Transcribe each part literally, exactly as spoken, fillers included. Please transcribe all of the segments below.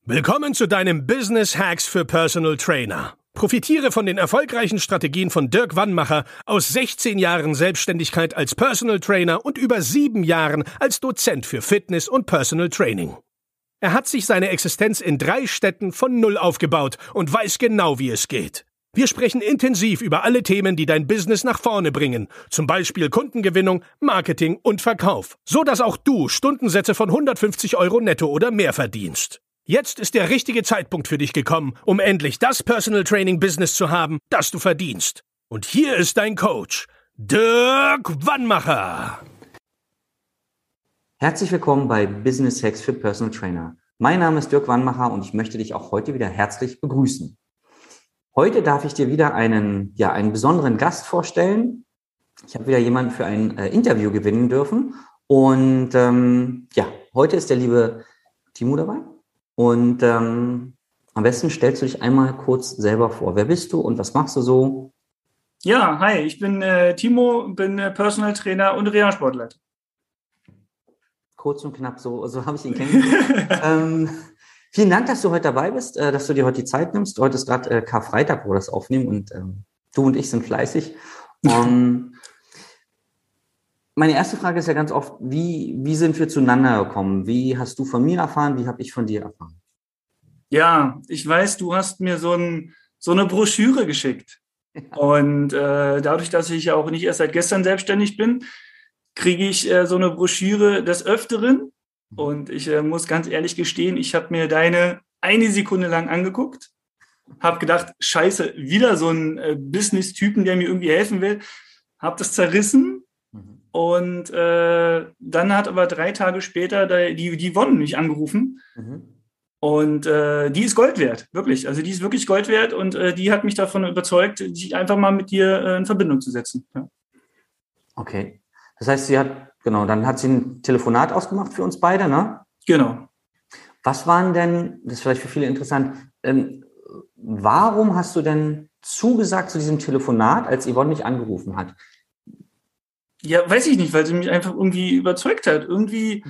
Willkommen zu deinem Business Hacks für Personal Trainer. Profitiere von den erfolgreichen Strategien von Dirk Wannmacher aus sechzehn Jahren Selbstständigkeit als Personal Trainer und über sieben Jahren als Dozent für Fitness und Personal Training. Er hat sich seine Existenz in drei Städten von Null aufgebaut und weiß genau, wie es geht. Wir sprechen intensiv über alle Themen, die dein Business nach vorne bringen, zum Beispiel Kundengewinnung, Marketing und Verkauf, so dass auch du Stundensätze von hundertfünfzig Euro netto oder mehr verdienst. Jetzt ist der richtige Zeitpunkt für dich gekommen, um endlich das Personal Training Business zu haben, das du verdienst. Und hier ist dein Coach, Dirk Wannmacher. Herzlich willkommen bei Business Hacks für Personal Trainer. Mein Name ist Dirk Wannmacher und ich möchte dich auch heute wieder herzlich begrüßen. Heute darf ich dir wieder einen, ja, einen besonderen Gast vorstellen. Ich habe wieder jemanden für ein äh, Interview gewinnen dürfen. Und ähm, ja, heute ist der liebe Timo dabei. Und ähm, am besten stellst du dich einmal kurz selber vor. Wer bist du und was machst du so? Ja, hi, ich bin äh, Timo, bin äh, Personal Trainer und Reha-Sportler. Kurz und knapp, so, so habe ich ihn kennengelernt. ähm, vielen Dank, dass du heute dabei bist, äh, dass du dir heute die Zeit nimmst. Heute ist gerade äh, Karfreitag, wo wir das aufnehmen und ähm, du und ich sind fleißig. Um, meine erste Frage ist ja ganz oft, wie, wie sind wir zueinander gekommen? Wie hast du von mir erfahren? Wie habe ich von dir erfahren? Ja, ich weiß, du hast mir so, ein, so eine Broschüre geschickt. Ja. Und äh, dadurch, dass ich ja auch nicht erst seit gestern selbstständig bin, kriege ich äh, so eine Broschüre des Öfteren. Und ich äh, muss ganz ehrlich gestehen, ich habe mir deine eine Sekunde lang angeguckt, habe gedacht, scheiße, wieder so ein äh, Business-Typen, der mir irgendwie helfen will, habe das zerrissen. Mhm. Und äh, dann hat aber drei Tage später die, die Yvonne mich angerufen. Mhm. Und äh, die ist Gold wert, wirklich. Also die ist wirklich Gold wert und äh, die hat mich davon überzeugt, sich einfach mal mit dir äh, in Verbindung zu setzen. Ja. Okay. Das heißt, sie hat, genau, dann hat sie ein Telefonat ausgemacht für uns beide, ne? Genau. Was waren denn, das ist vielleicht für viele interessant, ähm, warum hast du denn zugesagt zu diesem Telefonat, als Yvonne mich angerufen hat? Ja, weiß ich nicht, weil sie mich einfach irgendwie überzeugt hat. Irgendwie,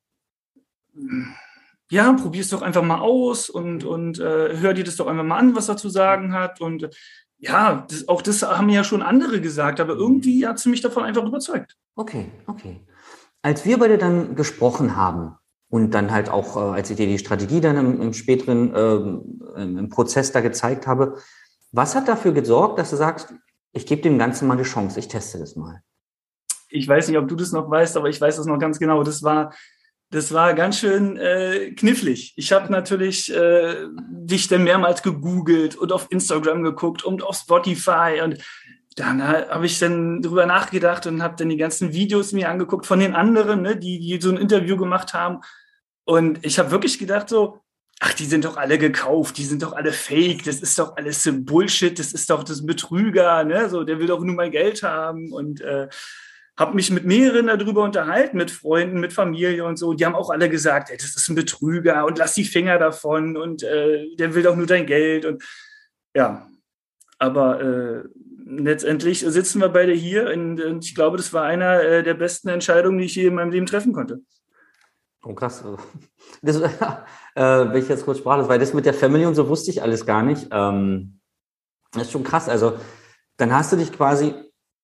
mhm. ja, probier es doch einfach mal aus und, und äh, hör dir das doch einfach mal an, was er zu sagen hat. Und ja, das, auch das haben ja schon andere gesagt, aber irgendwie hat sie mich davon einfach überzeugt. Okay, okay. Als wir beide dann gesprochen haben und dann halt auch, äh, als ich dir die Strategie dann im, im späteren äh, im Prozess da gezeigt habe, was hat dafür gesorgt, dass du sagst, ich gebe dem Ganzen mal eine Chance, ich teste das mal? Ich weiß nicht, ob du das noch weißt, aber ich weiß das noch ganz genau. Das war, das war ganz schön äh, knifflig. Ich habe natürlich äh, dich dann mehrmals gegoogelt und auf Instagram geguckt und auf Spotify. Und dann habe ich dann drüber nachgedacht und habe dann die ganzen Videos mir angeguckt von den anderen, ne, die, die so ein Interview gemacht haben. Und ich habe wirklich gedacht so, ach, die sind doch alle gekauft, die sind doch alle fake, das ist doch alles Bullshit, das ist doch das Betrüger, ne, so, der will doch nur mein Geld haben. Und äh, habe mich mit mehreren darüber unterhalten, mit Freunden, mit Familie und so. Die haben auch alle gesagt, ey, das ist ein Betrüger und lass die Finger davon und äh, der will doch nur dein Geld. Und ja, aber äh, letztendlich sitzen wir beide hier und, und ich glaube, das war einer äh, der besten Entscheidungen, die ich je in meinem Leben treffen konnte. Oh, krass. Das, äh, wenn ich jetzt kurz sprachlos, weil das mit der Family und so wusste ich alles gar nicht. Ähm, das ist schon krass. Also dann hast du dich quasi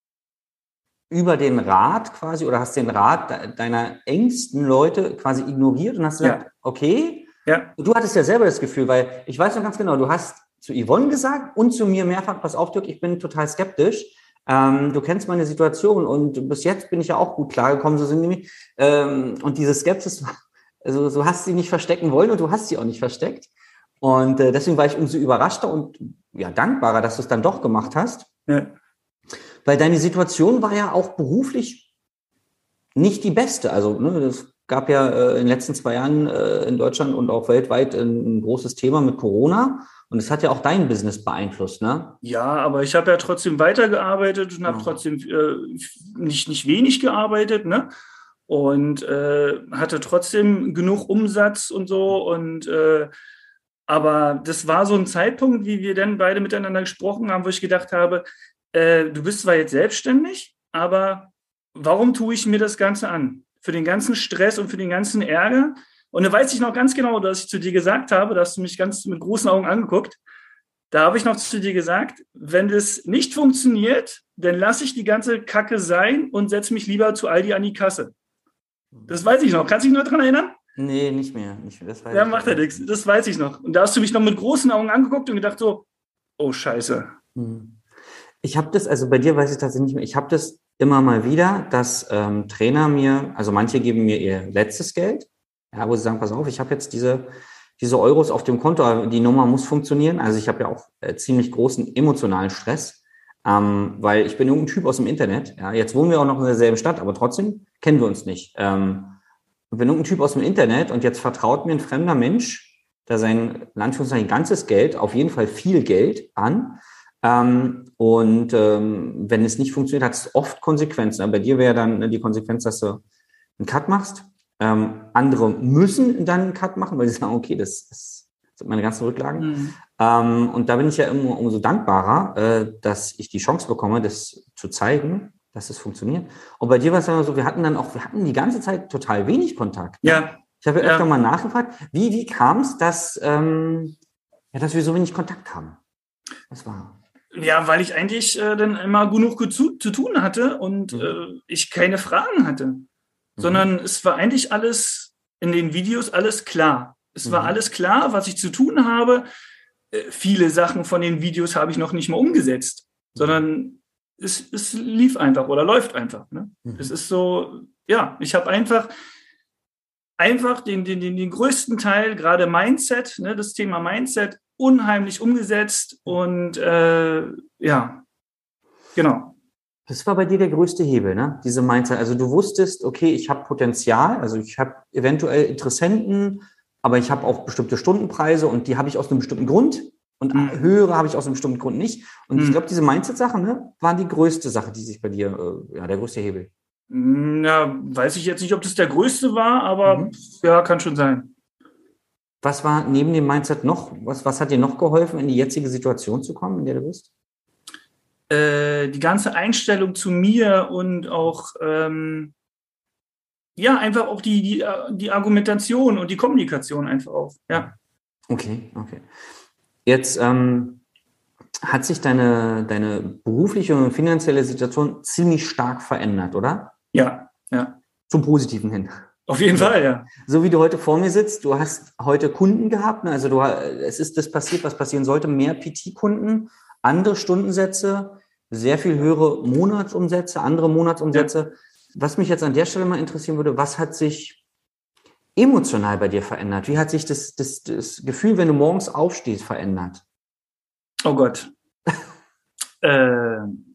über den Rat quasi oder hast den Rat deiner engsten Leute quasi ignoriert und hast gesagt, ja. okay, ja. Du hattest ja selber das Gefühl, weil ich weiß noch ganz genau, du hast zu Yvonne gesagt und zu mir mehrfach, pass auf, Dirk, ich bin total skeptisch, ähm, du kennst meine Situation und bis jetzt bin ich ja auch gut klargekommen, so sind nämlich, ähm, und diese Skepsis, also du hast sie nicht verstecken wollen und du hast sie auch nicht versteckt und äh, deswegen war ich umso überraschter und ja dankbarer, dass du es dann doch gemacht hast. Ja. Weil deine Situation war ja auch beruflich nicht die beste. Also ne, es gab ja äh, in den letzten zwei Jahren äh, in Deutschland und auch weltweit ein, ein großes Thema mit Corona. Und es hat ja auch dein Business beeinflusst, ne? Ja, aber ich habe ja trotzdem weitergearbeitet und habe ja. trotzdem äh, nicht, nicht wenig gearbeitet, ne? Und äh, hatte trotzdem genug Umsatz und so. Und äh, aber das war so ein Zeitpunkt, wie wir dann beide miteinander gesprochen haben, wo ich gedacht habe, Äh, du bist zwar jetzt selbstständig, aber warum tue ich mir das Ganze an? Für den ganzen Stress und für den ganzen Ärger, Und da weiß ich noch ganz genau, dass ich zu dir gesagt habe, da hast du mich ganz mit großen Augen angeguckt. Da habe ich noch zu dir gesagt, wenn das nicht funktioniert, dann lasse ich die ganze Kacke sein und setze mich lieber zu Aldi an die Kasse. Das weiß ich noch. Kannst du dich noch daran erinnern? Nee, nicht mehr. Nicht mehr. Das weiß Ja, ich macht nicht. ja nichts. Das weiß ich noch. Und da hast du mich noch mit großen Augen angeguckt und gedacht so, oh Scheiße. Hm. Ich habe das, also bei dir weiß ich tatsächlich nicht mehr, ich habe das immer mal wieder, dass ähm, Trainer mir, also manche geben mir ihr letztes Geld, ja, wo sie sagen, pass auf, ich habe jetzt diese, diese Euros auf dem Konto, die Nummer muss funktionieren. Also ich habe ja auch äh, ziemlich großen emotionalen Stress, ähm, weil ich bin irgendein Typ aus dem Internet. Ja, jetzt wohnen wir auch noch in derselben Stadt, aber trotzdem kennen wir uns nicht. Ähm, ich bin irgendein Typ aus dem Internet und jetzt vertraut mir ein fremder Mensch, der sein, in Anführungszeichen, ganzes Geld, auf jeden Fall viel Geld an. Ähm, und ähm, wenn es nicht funktioniert, hat es oft Konsequenzen. Aber bei dir wäre dann ne, die Konsequenz, dass du einen Cut machst. Ähm, andere müssen dann einen Cut machen, weil sie sagen, okay, das, das sind meine ganzen Rücklagen. Mhm. Ähm, und da bin ich ja immer umso dankbarer, äh, dass ich die Chance bekomme, das zu zeigen, dass es funktioniert. Und bei dir war es dann so, wir hatten dann auch, wir hatten die ganze Zeit total wenig Kontakt. Ja. Ich habe ja öfter ja. mal nachgefragt, wie, wie kam es, dass, ähm, ja, dass wir so wenig Kontakt haben? Was war? Ja, weil ich eigentlich äh, dann immer genug zu, zu tun hatte und mhm. äh, ich keine Fragen hatte. Mhm. Sondern es war eigentlich alles in den Videos alles klar. Es mhm. war alles klar, was ich zu tun habe. Äh, viele Sachen von den Videos habe ich noch nicht mal umgesetzt, mhm. sondern es, es lief einfach oder läuft einfach. Ne? Mhm. Es ist so, ja, ich habe einfach, einfach den, den, den, den größten Teil, gerade Mindset, ne, das Thema Mindset, unheimlich umgesetzt und äh, ja, genau. Das war bei dir der größte Hebel, ne? Diese Mindset. Also du wusstest, okay, ich habe Potenzial, also ich habe eventuell Interessenten, aber ich habe auch bestimmte Stundenpreise und die habe ich aus einem bestimmten Grund und mhm. höhere habe ich aus einem bestimmten Grund nicht. Und mhm. ich glaube, diese Mindset-Sachen ne, waren die größte Sache, die sich bei dir, äh, ja, der größte Hebel. Ja, weiß ich jetzt nicht, ob das der größte war, aber mhm. ja, kann schon sein. Was war neben dem Mindset noch, was, was hat dir noch geholfen, in die jetzige Situation zu kommen, in der du bist? Äh, die ganze Einstellung zu mir und auch, ähm, ja, einfach auch die, die, die Argumentation und die Kommunikation einfach auch, ja. Okay, okay. Jetzt ähm, hat sich deine, deine berufliche und finanzielle Situation ziemlich stark verändert, oder? Ja, ja. Zum Positiven hin. Auf jeden Fall, ja. So wie du heute vor mir sitzt, du hast heute Kunden gehabt, ne? Also du, es ist das passiert, was passieren sollte, mehr P T-Kunden, andere Stundensätze, sehr viel höhere Monatsumsätze, andere Monatsumsätze. Ja. Was mich jetzt an der Stelle mal interessieren würde, was hat sich emotional bei dir verändert? Wie hat sich das, das, das Gefühl, wenn du morgens aufstehst, verändert? Oh Gott. äh,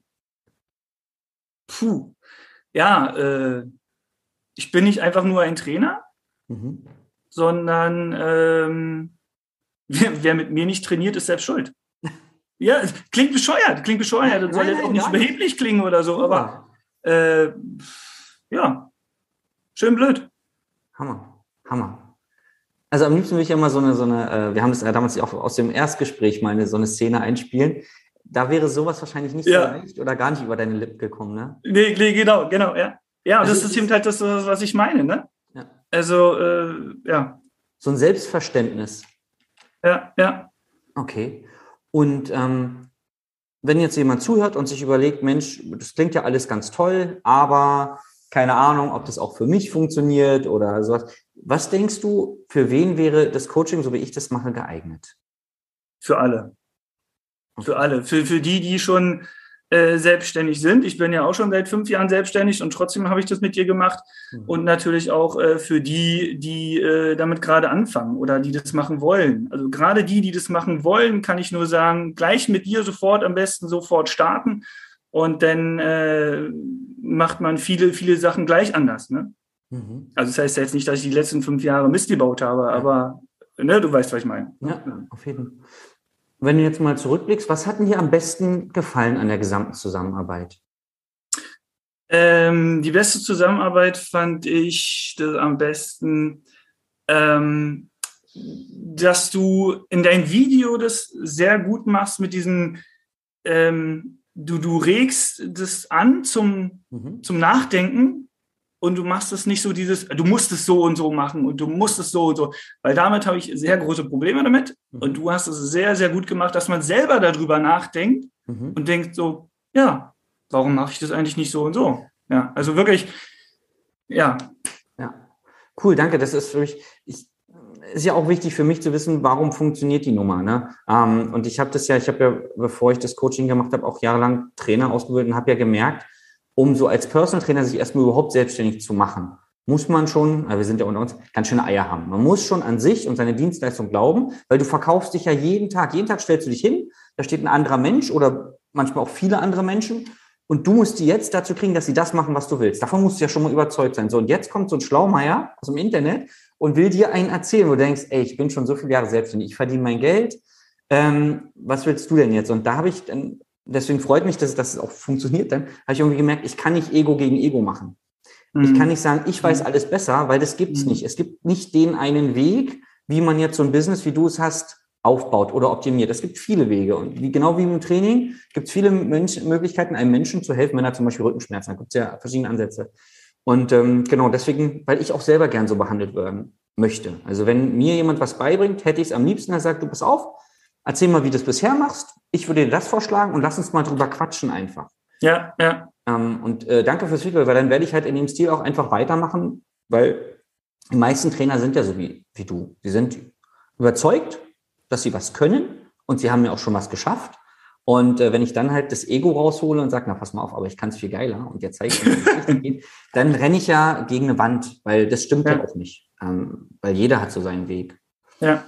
puh. Ja, äh, ich bin nicht einfach nur ein Trainer, mhm. sondern ähm, wer, wer mit mir nicht trainiert, ist selbst schuld. Ja, klingt bescheuert, klingt bescheuert. Das soll jetzt auch nicht überheblich klingen oder so, aber äh, ja, schön blöd. Hammer, Hammer. Also am liebsten würde ich ja mal so eine, so eine äh, wir haben das ja damals auch aus dem Erstgespräch mal eine, so eine Szene einspielen. Da wäre sowas wahrscheinlich nicht ja. so leicht oder gar nicht über deine Lippen gekommen, ne? Nee, nee genau, genau, ja. Ja, und also das ist eben halt das, was ich meine, ne? Ja. Also, äh, ja. So ein Selbstverständnis. Ja, ja. Okay. Und ähm, wenn jetzt jemand zuhört und sich überlegt, Mensch, das klingt ja alles ganz toll, aber keine Ahnung, ob das auch für mich funktioniert oder sowas. Was denkst du, für wen wäre das Coaching, so wie ich das mache, geeignet? Für alle. Okay. Für alle. Für, für die, die schon äh, selbstständig sind. Ich bin ja auch schon seit fünf Jahren selbstständig und trotzdem habe ich das mit dir gemacht. Mhm. Und natürlich auch äh, für die, die äh, damit gerade anfangen oder die das machen wollen. Also gerade die, die das machen wollen, kann ich nur sagen, gleich mit dir sofort, am besten sofort starten. Und dann äh, macht man viele, viele Sachen gleich anders. Ne? Mhm. Also das heißt jetzt nicht, dass ich die letzten fünf Jahre Mist gebaut habe, ja. aber ne, du weißt, was ich meine. Ja, ja, auf jeden Fall. Wenn du jetzt mal zurückblickst, was hat denn dir am besten gefallen an der gesamten Zusammenarbeit? Ähm, die beste Zusammenarbeit fand ich das am besten, ähm, dass du in dein Video das sehr gut machst mit diesem, ähm, du, du regst das an zum, mhm. zum Nachdenken und du machst es nicht so dieses, du musst es so und so machen und du musst es so und so, weil damit habe ich sehr große Probleme damit und du hast es sehr, sehr gut gemacht, dass man selber darüber nachdenkt mhm. und denkt so, ja, warum mache ich das eigentlich nicht so und so? Ja, also wirklich, ja. Ja, cool, danke, das ist für mich, ich, ist ja auch wichtig für mich zu wissen, warum funktioniert die Nummer, ne? Ähm, und ich habe das ja, ich habe ja, bevor ich das Coaching gemacht habe, auch jahrelang Trainer ausgebildet und habe ja gemerkt, um so als Personal Trainer sich erstmal überhaupt selbstständig zu machen, muss man schon, also wir sind ja unter uns, ganz schöne Eier haben. Man muss schon an sich und seine Dienstleistung glauben, weil du verkaufst dich ja jeden Tag. Jeden Tag stellst du dich hin, da steht ein anderer Mensch oder manchmal auch viele andere Menschen und du musst die jetzt dazu kriegen, dass sie das machen, was du willst. Davon musst du ja schon mal überzeugt sein. So, und jetzt kommt so ein Schlaumeier aus dem Internet und will dir einen erzählen, wo du denkst, ey, ich bin schon so viele Jahre selbstständig, ich verdiene mein Geld, ähm, was willst du denn jetzt? Und da habe ich dann, deswegen freut mich, dass, dass es auch funktioniert, dann habe ich irgendwie gemerkt, ich kann nicht Ego gegen Ego machen. Mhm. Ich kann nicht sagen, ich weiß alles besser, weil das gibt's mhm. nicht. Es gibt nicht den einen Weg, wie man jetzt so ein Business, wie du es hast, aufbaut oder optimiert. Es gibt viele Wege. Und wie, genau wie im Training gibt es viele Menschen, Möglichkeiten, einem Menschen zu helfen, wenn er zum Beispiel Rückenschmerzen hat. Da gibt es ja verschiedene Ansätze. Und ähm, genau deswegen, weil ich auch selber gern so behandelt werden möchte. Also wenn mir jemand was beibringt, hätte ich es am liebsten, er sagt, du pass auf, erzähl mal, wie du das bisher machst. Ich würde dir das vorschlagen und lass uns mal drüber quatschen einfach. Ja, ja. Ähm, und äh, danke fürs Feedback, weil dann werde ich halt in dem Stil auch einfach weitermachen, weil die meisten Trainer sind ja so wie, wie du. Sie sind überzeugt, dass sie was können und sie haben ja auch schon was geschafft. Und äh, wenn ich dann halt das Ego raushole und sage, na pass mal auf, aber ich kann es viel geiler und jetzt zeige ich mir, wie es richtig geht, dann renne ich ja gegen eine Wand, weil das stimmt ja, ja auch nicht. Ähm, weil jeder hat so seinen Weg. Ja.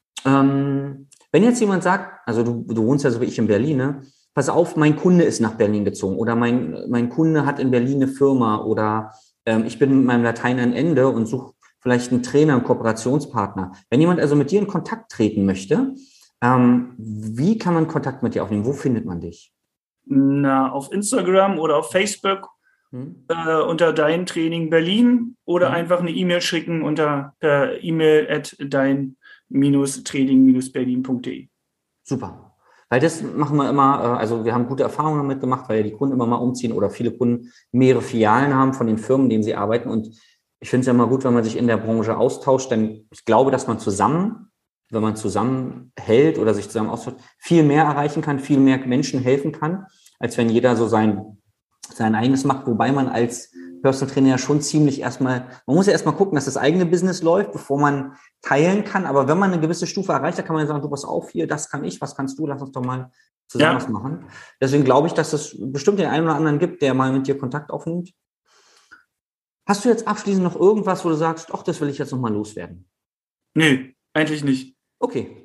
Ähm, wenn jetzt jemand sagt, also du, du wohnst ja so wie ich in Berlin, ne? Pass auf, mein Kunde ist nach Berlin gezogen oder mein, mein Kunde hat in Berlin eine Firma oder ähm, ich bin mit meinem Latein ein Ende und suche vielleicht einen Trainer, einen Kooperationspartner. Wenn jemand also mit dir in Kontakt treten möchte, ähm, wie kann man Kontakt mit dir aufnehmen? Wo findet man dich? Na, auf Instagram oder auf Facebook hm. äh, unter Dein Training Berlin oder hm. einfach eine E-Mail schicken unter per E-Mail at dein Training Berlin punkt de. Super. Weil das machen wir immer, also wir haben gute Erfahrungen damit gemacht, weil die Kunden immer mal umziehen oder viele Kunden mehrere Filialen haben von den Firmen, in denen sie arbeiten. Und ich finde es ja immer gut, wenn man sich in der Branche austauscht, denn ich glaube, dass man zusammen, wenn man zusammenhält oder sich zusammen austauscht, viel mehr erreichen kann, viel mehr Menschen helfen kann, als wenn jeder so sein, sein eigenes macht, wobei man als Personal Trainer ja schon ziemlich erstmal, man muss ja erstmal gucken, dass das eigene Business läuft, bevor man teilen kann. Aber wenn man eine gewisse Stufe erreicht, dann kann man sagen, du pass auf hier, das kann ich, was kannst du, lass uns doch mal zusammen was machen. Deswegen glaube ich, dass es bestimmt den einen oder anderen gibt, der mal mit dir Kontakt aufnimmt. Hast du jetzt abschließend noch irgendwas, wo du sagst, ach, das will ich jetzt nochmal loswerden? Nee, eigentlich nicht. Okay.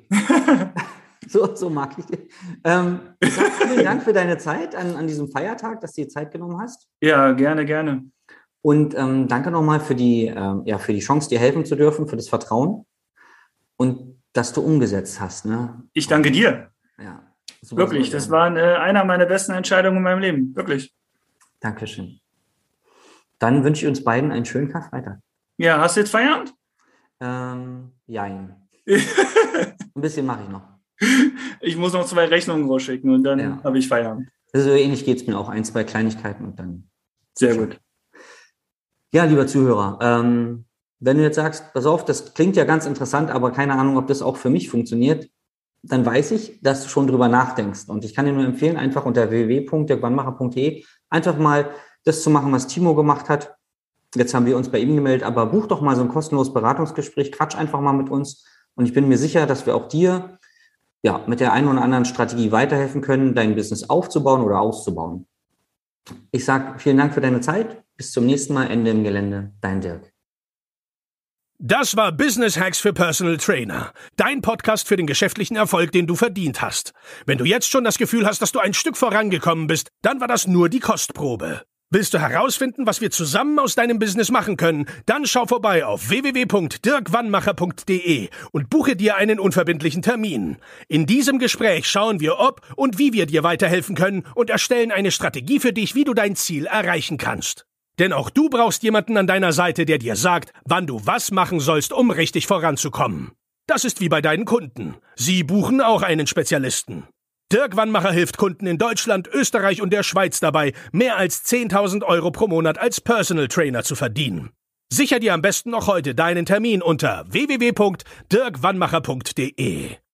so, so mag ich dich. Ähm, vielen Dank für deine Zeit an, an diesem Feiertag, dass du dir Zeit genommen hast. Ja, gerne, gerne. Und ähm, danke nochmal für die, ähm, ja, für die Chance, dir helfen zu dürfen, für das Vertrauen und dass du umgesetzt hast. Ne? Ich danke dir. Ja, super, wirklich, super, das war äh, einer meiner besten Entscheidungen in meinem Leben. Wirklich. Dankeschön. Dann wünsche ich uns beiden einen schönen Karfreitag. Ja, hast du jetzt Feierabend? Ähm, jein. Ein bisschen mache ich noch. Ich muss noch zwei Rechnungen rausschicken und dann ja. habe ich Feierabend. Also ähnlich geht es mir auch. Ein, zwei Kleinigkeiten und dann. Sehr gut. Ja, lieber Zuhörer, ähm, wenn du jetzt sagst, pass auf, das klingt ja ganz interessant, aber keine Ahnung, ob das auch für mich funktioniert, dann weiß ich, dass du schon drüber nachdenkst. Und ich kann dir nur empfehlen, einfach unter w w w punkt dirk wannmacher punkt de einfach mal das zu machen, was Timo gemacht hat. Jetzt haben wir uns bei ihm gemeldet, aber buch doch mal so ein kostenloses Beratungsgespräch, quatsch einfach mal mit uns. Und ich bin mir sicher, dass wir auch dir ja mit der einen oder anderen Strategie weiterhelfen können, dein Business aufzubauen oder auszubauen. Ich sage vielen Dank für deine Zeit. Bis zum nächsten Mal, Ende im Gelände. Dein Dirk. Das war Business Hacks für Personal Trainer. Dein Podcast für den geschäftlichen Erfolg, den du verdient hast. Wenn du jetzt schon das Gefühl hast, dass du ein Stück vorangekommen bist, dann war das nur die Kostprobe. Willst du herausfinden, was wir zusammen aus deinem Business machen können? Dann schau vorbei auf w w w punkt dirk wannmacher punkt de und buche dir einen unverbindlichen Termin. In diesem Gespräch schauen wir, ob und wie wir dir weiterhelfen können und erstellen eine Strategie für dich, wie du dein Ziel erreichen kannst. Denn auch du brauchst jemanden an deiner Seite, der dir sagt, wann du was machen sollst, um richtig voranzukommen. Das ist wie bei deinen Kunden. Sie buchen auch einen Spezialisten. Dirk Wannmacher hilft Kunden in Deutschland, Österreich und der Schweiz dabei, mehr als zehntausend Euro pro Monat als Personal Trainer zu verdienen. Sicher dir am besten noch heute deinen Termin unter w w w punkt dirk wannmacher punkt d e.